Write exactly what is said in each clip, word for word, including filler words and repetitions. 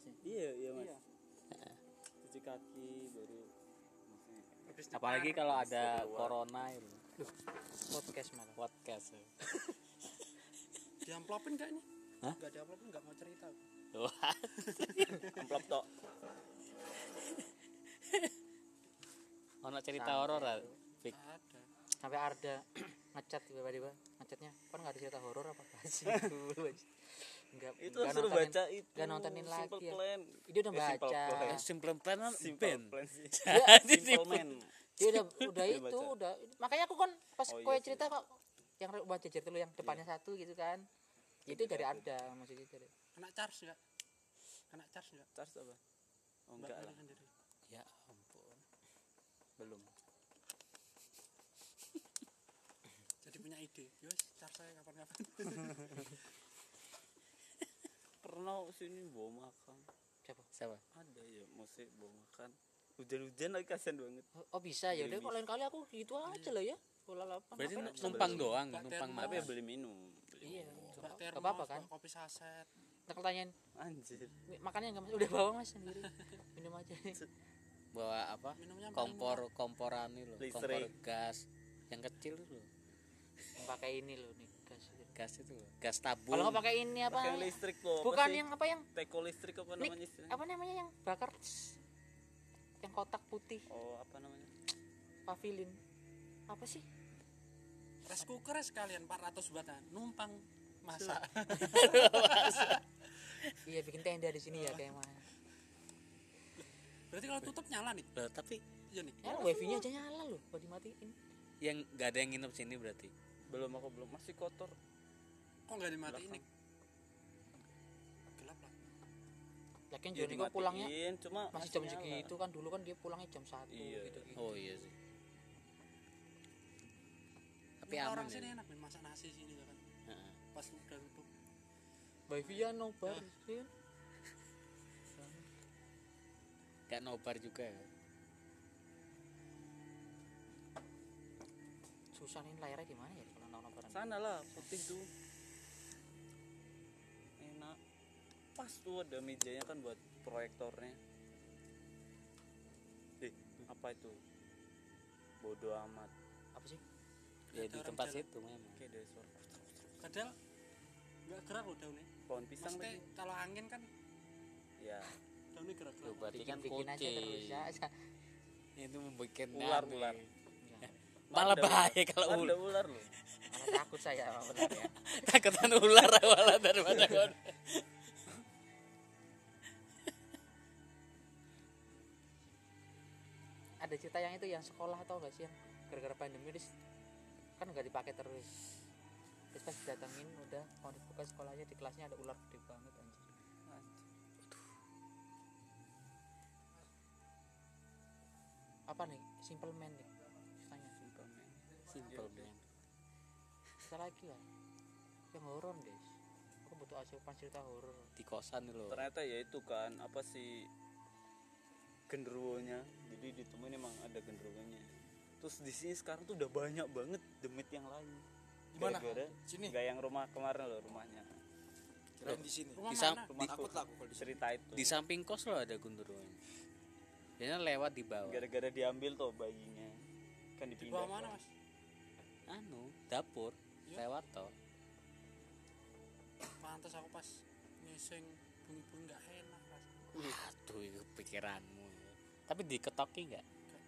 sih. Iya, iya Mas. Iya. Cuci kaki baru Apalagi kalau ada corona itu. Podcast malah. Podcast. Diamplopin enggak ini? Hah? Enggak diamplopin, enggak mau cerita. Wah. amplop tok. Ono cerita horor ah. Fik. Ada. Sampai Arda ngecat tiba-tiba ngecatnya kan nggak ada cerita horor apa kasih dulu aja nggak Itu nggak suruh nontonin- baca itu. nggak nontonin lagi Simple ya. Plan. Dia udah Eh, Simple baca. Plan. Simple plan kan Simple band. Plan sih. Jadi Simple Man. dia udah udah Dia itu baca. udah makanya aku kan pas Oh, kowe iya sih. cerita kok yang rumah jajar dulu yang depannya satu gitu kan itu dari Arda maksudnya dari Kena charge enggak? Kena charge enggak? Charge apa? Oh Mbak enggak Meli lah. sendiri. Ya ampun. Belum. Jadi punya ide. Yos, charge saya kapan-kapan. Pernah sini bawa makan. siapa Siapa? Ada ya, musik bawa makan. Hujan-hujan lagi kasihan banget. oh bisa ya udah Gerimis. kalau lain kali aku gitu aja lah ya bola lapan Berarti apa ya? numpang doang, Mbak numpang Termo. Tapi ya makan. beli minum. Beli iya minum. Mbak nggak termos, apa-apa kan bawa kopi saset. ntar tanyain Anjir. makannya nggak mas udah bawa mas sendiri minum aja Bawa apa? Minumnya paling Kompor komporan ini loh, kompor Listrik. gas yang kecil itu loh. pakai ini loh nih gas Gas itu loh. Gas tabung. kalau nggak pakai ini apa Pakai listrik tuh. apa bukan sih? yang apa yang teko listrik apa Nik, namanya istilahnya? apa namanya yang bakar tss, yang kotak putih Oh, apa namanya? pavilion apa sih rice cooker sekalian empat ratus batan. Numpang masak. iya bikin tenda di sini ya kayak mana Berarti kalau tutup nyala nih. Loh, tapi Iya nih. ya wifi nya aja nyala loh kalau dimatiin yang nggak ada yang nginep sini berarti. Belum aku belum masih kotor. Kok enggak dimatiin nih? Belakang. Gelap lah. lagian Ya Joni kok pulangnya dimatiin, cuma masih jam nyala. segitu kan dulu kan dia pulangnya jam satu Iya. gitu gitu Oh iya sih. Tapi Ini aman orang ya. sini enak nih masak nasi sini kan. Heeh. Pas udah tutup. wifi nya nobar ya. Gak nobar juga ya. susah nih layarnya gimana ya kalau nonton nobaran Sana lah, putih tuh. Enak. Pas tuh ada mejanya kan buat proyektornya. Eh, apa itu? Bodoh amat. apa sih Ya Ada di orang tempat jalan. situ memang. Kayak dari suara Padahal enggak gerak loh daunnya. pohon pisang Maksudnya lagi. kalau angin kan Ya, daunnya gerak-gerak. Tuh, berarti kan bikin aja terus kucing. ya Itu membuat Ular, aneh. ular. Malah Ada bahaya kalau Ada ular. ular loh. malah takut saya sama benar ya Takutan ular malah daripada kon. ada cerita yang itu yang sekolah atau enggak sih yang gara-gara pandemi terus kan nggak dipakai terus terus pas datangin udah mau dibuka sekolahnya di kelasnya ada ular gede banget anjir apa nih simple man nih ceritanya Superman. Simple man. cerita lagi lah yang horor deh aku butuh asupan cerita horor Di kosan loh. Ternyata ya itu kan apa sih genderuwonya. Jadi ditemuin emang ada genderuwonya. Terus di sini sekarang tuh udah banyak banget demit yang lain. Di mana? Gara-gara Sini. Enggak yang rumah kemarin loh rumahnya. Kirain di sini. Rumah Di sam- mana? Rumah Di- Takut lah aku kalau di sini. cerita itu. Di samping kos loh ada gundurwonya. Biasanya lewat di bawah. Gara-gara diambil tuh bayinya. Kan Di dipindah. bawah mana, Mas? Anu, dapur. Iya. Lewat toh. Pantes aku pas ngising bunyi-bunyi enggak enak rasanya. Aduh, itu pikiranmu. Tapi diketoki enggak?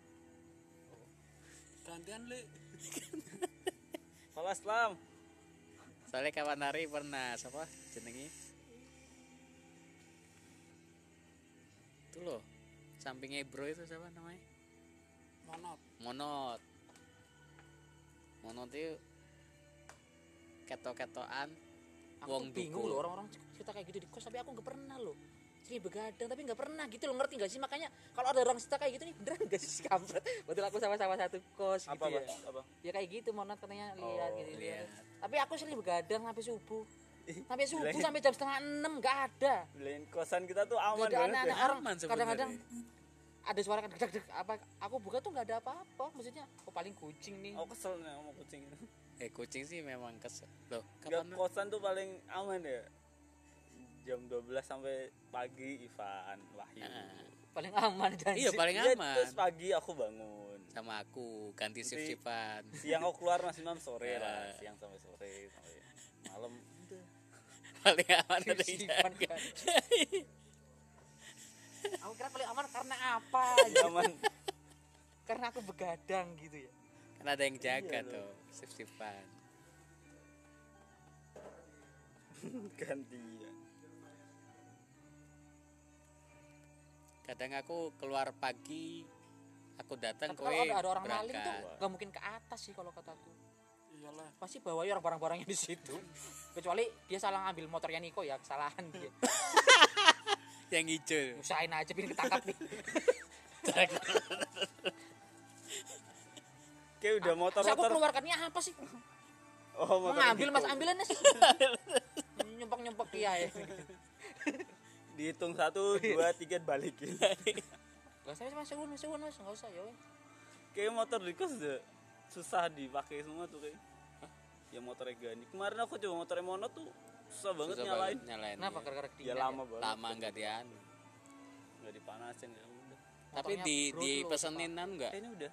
Gantian, Le. Salah Islam. Soalnya kawan hari pernah siapa jenenge? Itu loh. Sampingnya bro itu siapa namanya? Monot. Monot. Monot itu ketok-ketokan aku wong tuh bingung dukul. loh orang-orang cerita kayak gitu di kos tapi aku nggak pernah loh sini begadang tapi nggak pernah gitu loh ngerti nggak sih makanya kalau ada orang cerita kayak gitu nih beneran nggak sih kampret betul aku sama-sama satu kos Apa gitu Bang? ya Apa? ya kayak gitu monat katanya lihat Oh, gitu lihat. ya. Tapi aku sering begadang sampai subuh sampai subuh Bilangin. sampai jam setengah enam nggak ada Belain kosan kita tuh aman nggak ada banget. anak-anak ya. orang Aman sebenarnya. kadang-kadang ada suara kan deg deg apa aku buka tuh nggak ada apa-apa maksudnya oh paling kucing nih Aku kesel nih sama kucing itu. Eh kucing sih memang kesel. Loh, Enggak, kapan kosan tuh paling aman ya. jam dua belas sampai pagi Ivan Wahyu. Heeh. Paling aman janji. Iya paling Iya, aman. terus pagi aku bangun. Sama aku ganti Nanti- shift-shiftan. Siang aku keluar maksimal sore lah, Eh. siang sampai sore sampai malam udah. Paling aman ada yang Shift-shiftan jaga. kan. Aku kira paling aman karena apa? Nyaman. Karena aku begadang gitu ya. Kan ada yang jaga Iya, tuh shift-shiftan. Gantian. Kadang aku keluar pagi, aku datang Tapi kowe kalau ada, ada orang maling tuh berangkat. nggak mungkin ke atas sih kalau kataku. Iyalah. Pasti bawa ya orang barang-barangnya di situ. Kecuali dia salah ngambil motornya Niko ya, kesalahan dia. Yang hijau. Usahain aja biar ketangkap nih. Kayak udah Terus aku motor-motor. keluarkannya apa sih? Oh, Mau motor ngambil gitu. mas ambilannya sih. Nyempok-nyempok iya ya. Dihitung satu, dua, tiga balikin. Gak usah mas, sewun, sewun mas, nggak usah ya. weh. Kayak motor di kos udah susah dipakai semua tuh kayak. Hah? Ya motornya Gani. Kemarin aku coba motornya Mono tuh susah banget Susah nyalain. banget nyalain. Kenapa? iya. Gara-gara Ya kedinginan. lama banget. Lama enggak dianu. Enggak dipanasin ya udah. Tapi Motornya di bro di tuh, pesenin anu enggak? Kayaknya udah.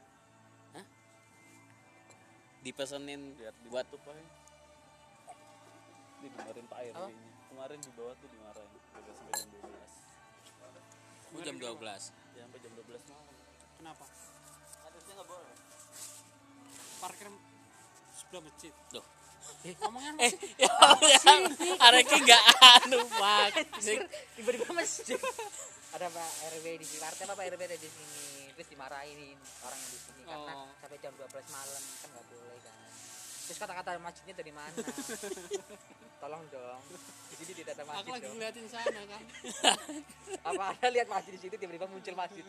Dipesenin Lihat di buat YouTube aja. Didengerin Pak R Apa? W-nya. Kemarin di bawah tuh dimarahin. Udah sampai jam dua belas. oh, jam dua belas. Ya sampai jam dua belas malam. Kenapa? Harusnya enggak boleh. Parkir sebelah masjid. Loh. Ngomongnya Eh, masjid. ya arek iki enggak anu, Pak. Tiba-tiba masjid. Ada Pak R W di sini, partai apa Pak R W ada di sini. Terus dimarahin orang yang di sini karena Oh. sampai jam dua belas malam kan nggak boleh kan. Terus kata-kata masjidnya dari mana? Tolong dong. Di sini tidak ada Aku masjid lagi dong. ngeliatin sana kan. Apa ada lihat masjid di situ tiba-tiba muncul masjid.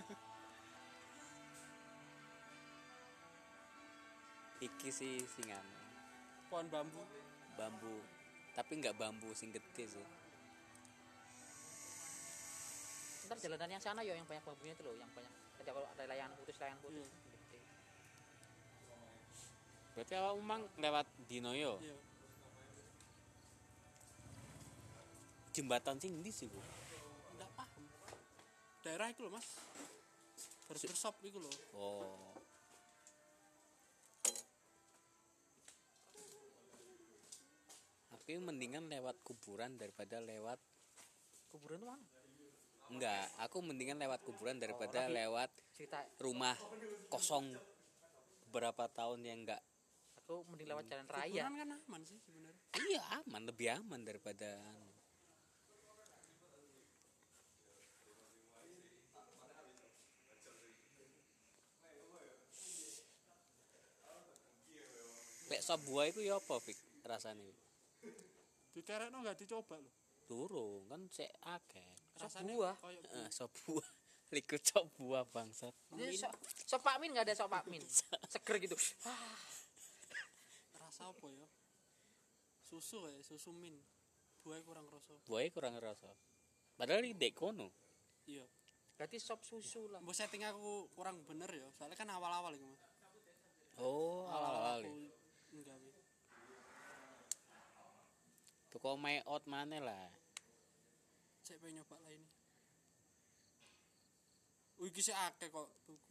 Iki sih sing anu, Pohon bambu. bambu. Tapi enggak bambu sing gede sih. Ntar jalanan yang sana yo yang banyak bambunya itu loh, yang banyak. Ada kalau ada layangan putus, layangan putus. Iya. Gede. Berarti awak memang lewat dino yo. Iya. Jembatan sing ndi sih, Bu? Enggak paham. Daerah itu loh, Mas. Burger shop itu loh. Oh. Aku mendingan lewat kuburan daripada lewat Kuburan itu mana? enggak, aku mendingan lewat kuburan daripada tapi- lewat Cerita rumah kosong beberapa tahun yang enggak. aku mending lewat jalan raya. Kuburan kan aman sih sebenarnya. Iya, aman, lebih aman daripada anu. Lek sop buah iku ya apa, Fik? Rasane. Diterekno enggak dicoba loh. Durung kan sik akeh. Rasanya buah? kayak Heeh, sop buah. Liku sop buah bangsat. Ini so, sop Pak Min nggak ada sop Pak Min. Seger gitu. Ah, rasa apa ya? Susu ya, susu min. Buahnya kurang rasa. Buahnya kurang rasa. Padahal ini dek kono. Iya. berarti sop susu lah. Mbok setting aku kurang bener ya. Soalnya kan awal-awal itu, Mas. Oh, awal-awal. aku enggak. Tuku my out mana lah. Cek pengen nyoba lah ini. Wih, iki sik akeh kok tuku.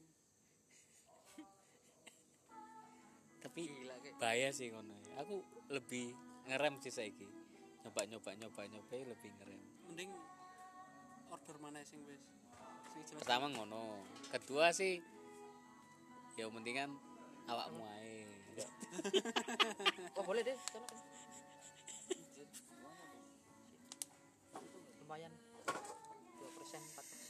Tapi Gila kayak. bahaya sih ngono. Aku lebih ngerem sih saiki. Nyoba-nyoba nyoba-nyoba lebih ngerem. Mending order mana sing wis. Sing jelas. Pertama ngono. Kedua sih ya mendingan awakmu ae. Oh boleh deh. Sana kan. Lumayan dua persen empat persen.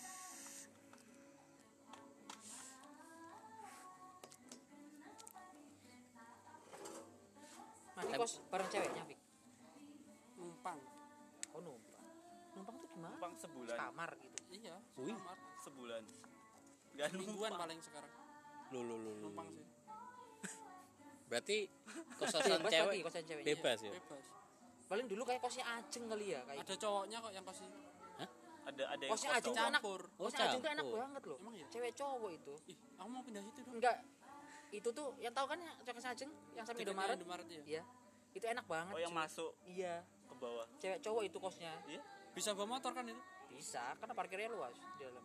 Nah, ini kos bareng ceweknya, Fik. Numpang. Oh, numpang. Numpang tuh gimana? Numpang sebulan. Kamar gitu. Iya, Wih. kamar. Sebulan. Gak Mingguan numpang. paling sekarang. Lu lu lu. lu. Numpang sih. Berarti kosan Bebas cewek lagi kosan ceweknya. bebas ya? Bebas. Paling dulu kayak kosnya Ajeng kali ya, kayak. Ada cowoknya kok yang kasih. Ada ada yang Kosnya kos Ajeng dong. tuh enak. Campur. Oh, Kosnya Ajeng tuh enak campur. banget loh. Emang iya? Cewek cowok itu. Ih, aku mau pindah situ dong. Enggak. Itu tuh yang tahu kan yang kosnya Ajeng yang sampai Deketnya Indomaret? Indomaret ya. Iya. Itu enak banget. Oh yang cuy. masuk. Iya. ke bawah. Cewek cowok itu kosnya. Iya. Bisa bawa motor kan itu? Bisa, karena parkirnya luas di dalam.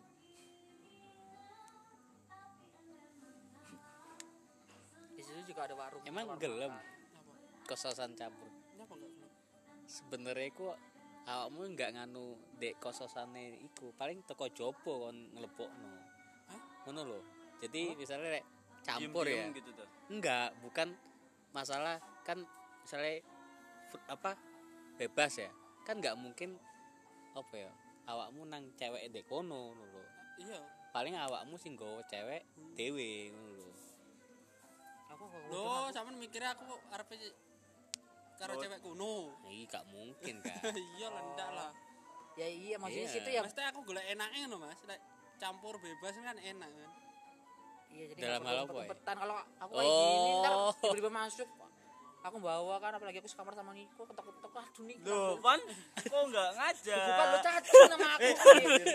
Di situ juga ada warung. Emang warung gelem makan. Apa? kososan campur. Kenapa enggak gelem? Sebenarnya ku awakmu nggak nganu dek kososane iku, paling teko jopo kon nglebokno. Hah? Ngono lho. Jadi misalnya rek campur ya. Diem-diem gitu tuh. Enggak, bukan masalah kan misalnya fr- apa bebas ya. Kan nggak mungkin apa ya? Awakmu nang cewek dek kono ngono lho. Iya. Paling awakmu sing nggawa cewek Hmm. dhewe ngono lho. Aku kok Loh, sampean mikirnya aku arep karo Oh. cewek kuno. Ih, gak mungkin kan. Iya lah, ndak lah. Ya iya maksudnya Iya. situ ya. Mesti aku golek enake ngono, Mas. Lek campur bebas kan enak kan. Iya jadi Dalam nggak hal perlu apa ya? umpet-umpetan. Kalau aku kayak gini ntar Oh. tiba-tiba masuk. Aku bawa kan apalagi aku sekamar sama Niko ketok-ketok aduh Niko. Loh, Pan, kok enggak ngajak? Bukan lu cacat nama aku. Gitu.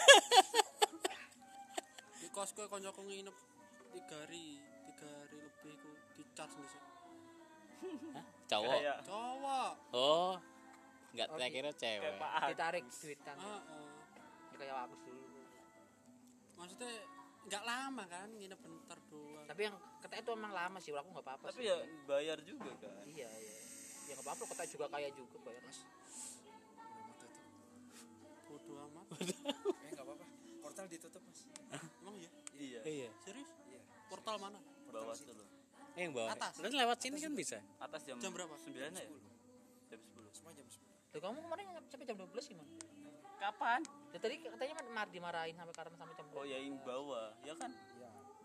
Di kosku koncoku nginep tiga hari, tiga hari lebih ku dicas nih. Hah? Cowok. Kayak Cowok. Oh. Enggak Oh, tak di- kira cewek. kayak Pak Ditarik Agus. duit kan. Heeh. Ya, kayak aku dulu. Maksudnya enggak lama kan, nginep bentar doang. Tapi yang kata itu emang lama sih, aku nggak apa-apa Tapi sih. ya bayar juga kan. Iya iya. Ya nggak apa-apa, kata juga kaya juga bayar mas. Bodoh amat. Eh enggak apa-apa. Portal ditutup, Mas. Emang iya? Iya. Iya. Serius? Iya. Portal mana? Bawah dulu. Eh, yang bawah. Atas. Kan lewat sini kan bisa. Atas jam, Jam berapa? sembilan ya? sepuluh. Jam sepuluh. Semua jam sepuluh. Tuh kamu kemarin sampai jam dua belas gimana? Kapan? Ya, tadi katanya mar dimarahin sampai karena sampai jam Oh ya yang bawah, ya kan? Iya.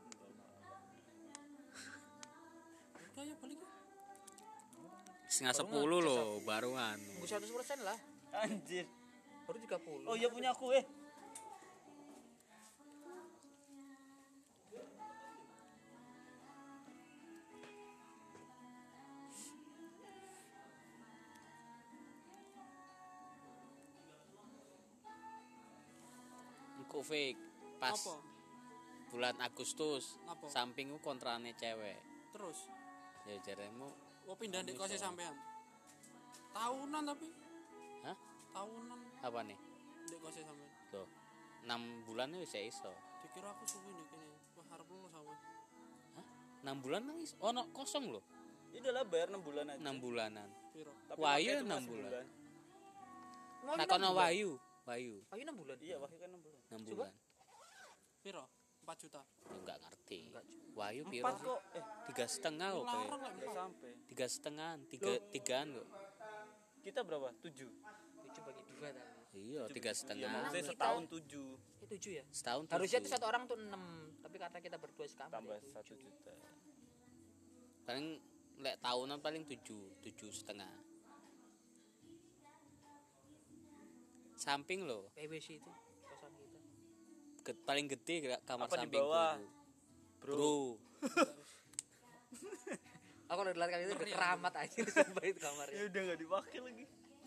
Udah ya balik ya. Setengah Baru sepuluh ngecas loh, baru anu. Tunggu seratus persen lah, Anjir. baru tiga puluh. Oh iya punya aku eh. Engko fake pas Apa? bulan Agustus Apa? sampingku kontrane cewek. Terus Ya jaremu oh pindah di Bisa. kosnya sampean. Tahunan tapi. Hah? Tahunan apa nih? di kosnya sampean. Tuh. enam bulan wis ya iso. Dikira aku suwi nih kene. Wah harap lu sama. enam bulan nang iso. Oh, no, kosong loh. Ya udahlah bayar enam bulan aja. enam bulanan. Piro? Tapi Wahyu pakai cuma enam bulan. Mau Takono Wahyu, Wahyu Ayo enam bulan. Iya, Wahyu kan enam bulan. enam Coba. bulan. Piro? empat juta. Ya enggak ngerti. Enggak, Wahyu piro? Empat kok. Eh, Tiga setengah kok kayak. Larang lah enggak empat. sampai. Tiga setengah, tiga tigaan kok. Kita berapa? Tujuh. Tujuh bagi dua tadi. Iya, tiga Iya, setengah. maksudnya Kita- setahun tujuh. Eh tujuh ya. Setahun Harusnya tujuh. itu satu orang tuh enam, tapi karena kita berdua sekamar. Tambah ya satu tujuh. juta. Paling lek tahunan paling tujuh, tujuh setengah. Samping loh, P W C itu kosan kita. Ge- paling gede ke- kamar Apa di sampingku. bawah? itu. Bro. Bro. Aku udah lihat kali itu udah Ngeri keramat aja sumpah itu kamarnya. Ya udah enggak dipakai lagi.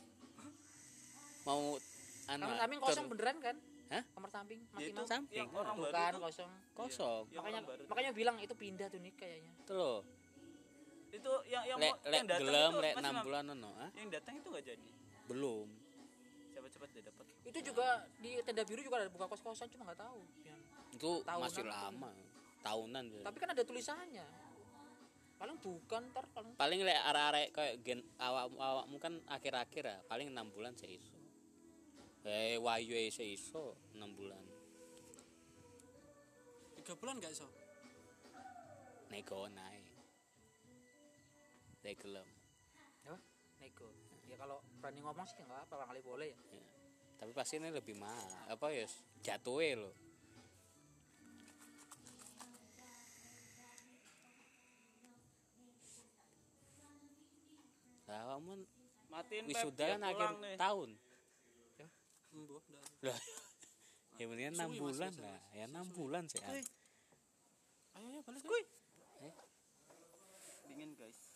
Mau anu Kamar ah, samping kosong ter- beneran kan? Hah? Kamar samping Ya masih itu mau. samping. yang orang baru Bukan tuh. kosong. Kosong. Yang Makanya orang baru. makanya bilang itu pindah tuh nih kayaknya. Itu loh. Itu yang yang Lek mau lek yang datang gelem itu lek masih enam nggak- bulan ono, ah? Yang datang itu enggak jadi. Belum. Cepat-cepat dia dapat. Itu juga di tenda biru juga ada buka kos-kosan cuma nggak tahu. Yan. Itu Tahunan masih tuh. lama. Tahunan. tuh. Tapi kan ada tulisannya. Paling bukan ntar paling Paling lek arek-arek kayak gen awak awakmu kan akhir-akhir ya, paling enam bulan seiso. Eh Wahyu e seiso enam bulan. Tiga bulan gak iso? Nego naik. Lek gelem. apa? Nego. Ya kalau berani ngomong sih nggak apa-apa kali boleh ya. Ya. Tapi pasti ini lebih mahal. Apa ya jatuhe loh. Lah awakmu Matiin Pep, wisuda dia kan akhir pulang nih. tahun. Embuh, ndak. Lah. Ya mendingan enam Suwi, Mas, bulan suwi, lah. Mas. Ya enam bulan sih. Ayo ya balik. Kuy. Dingin guys.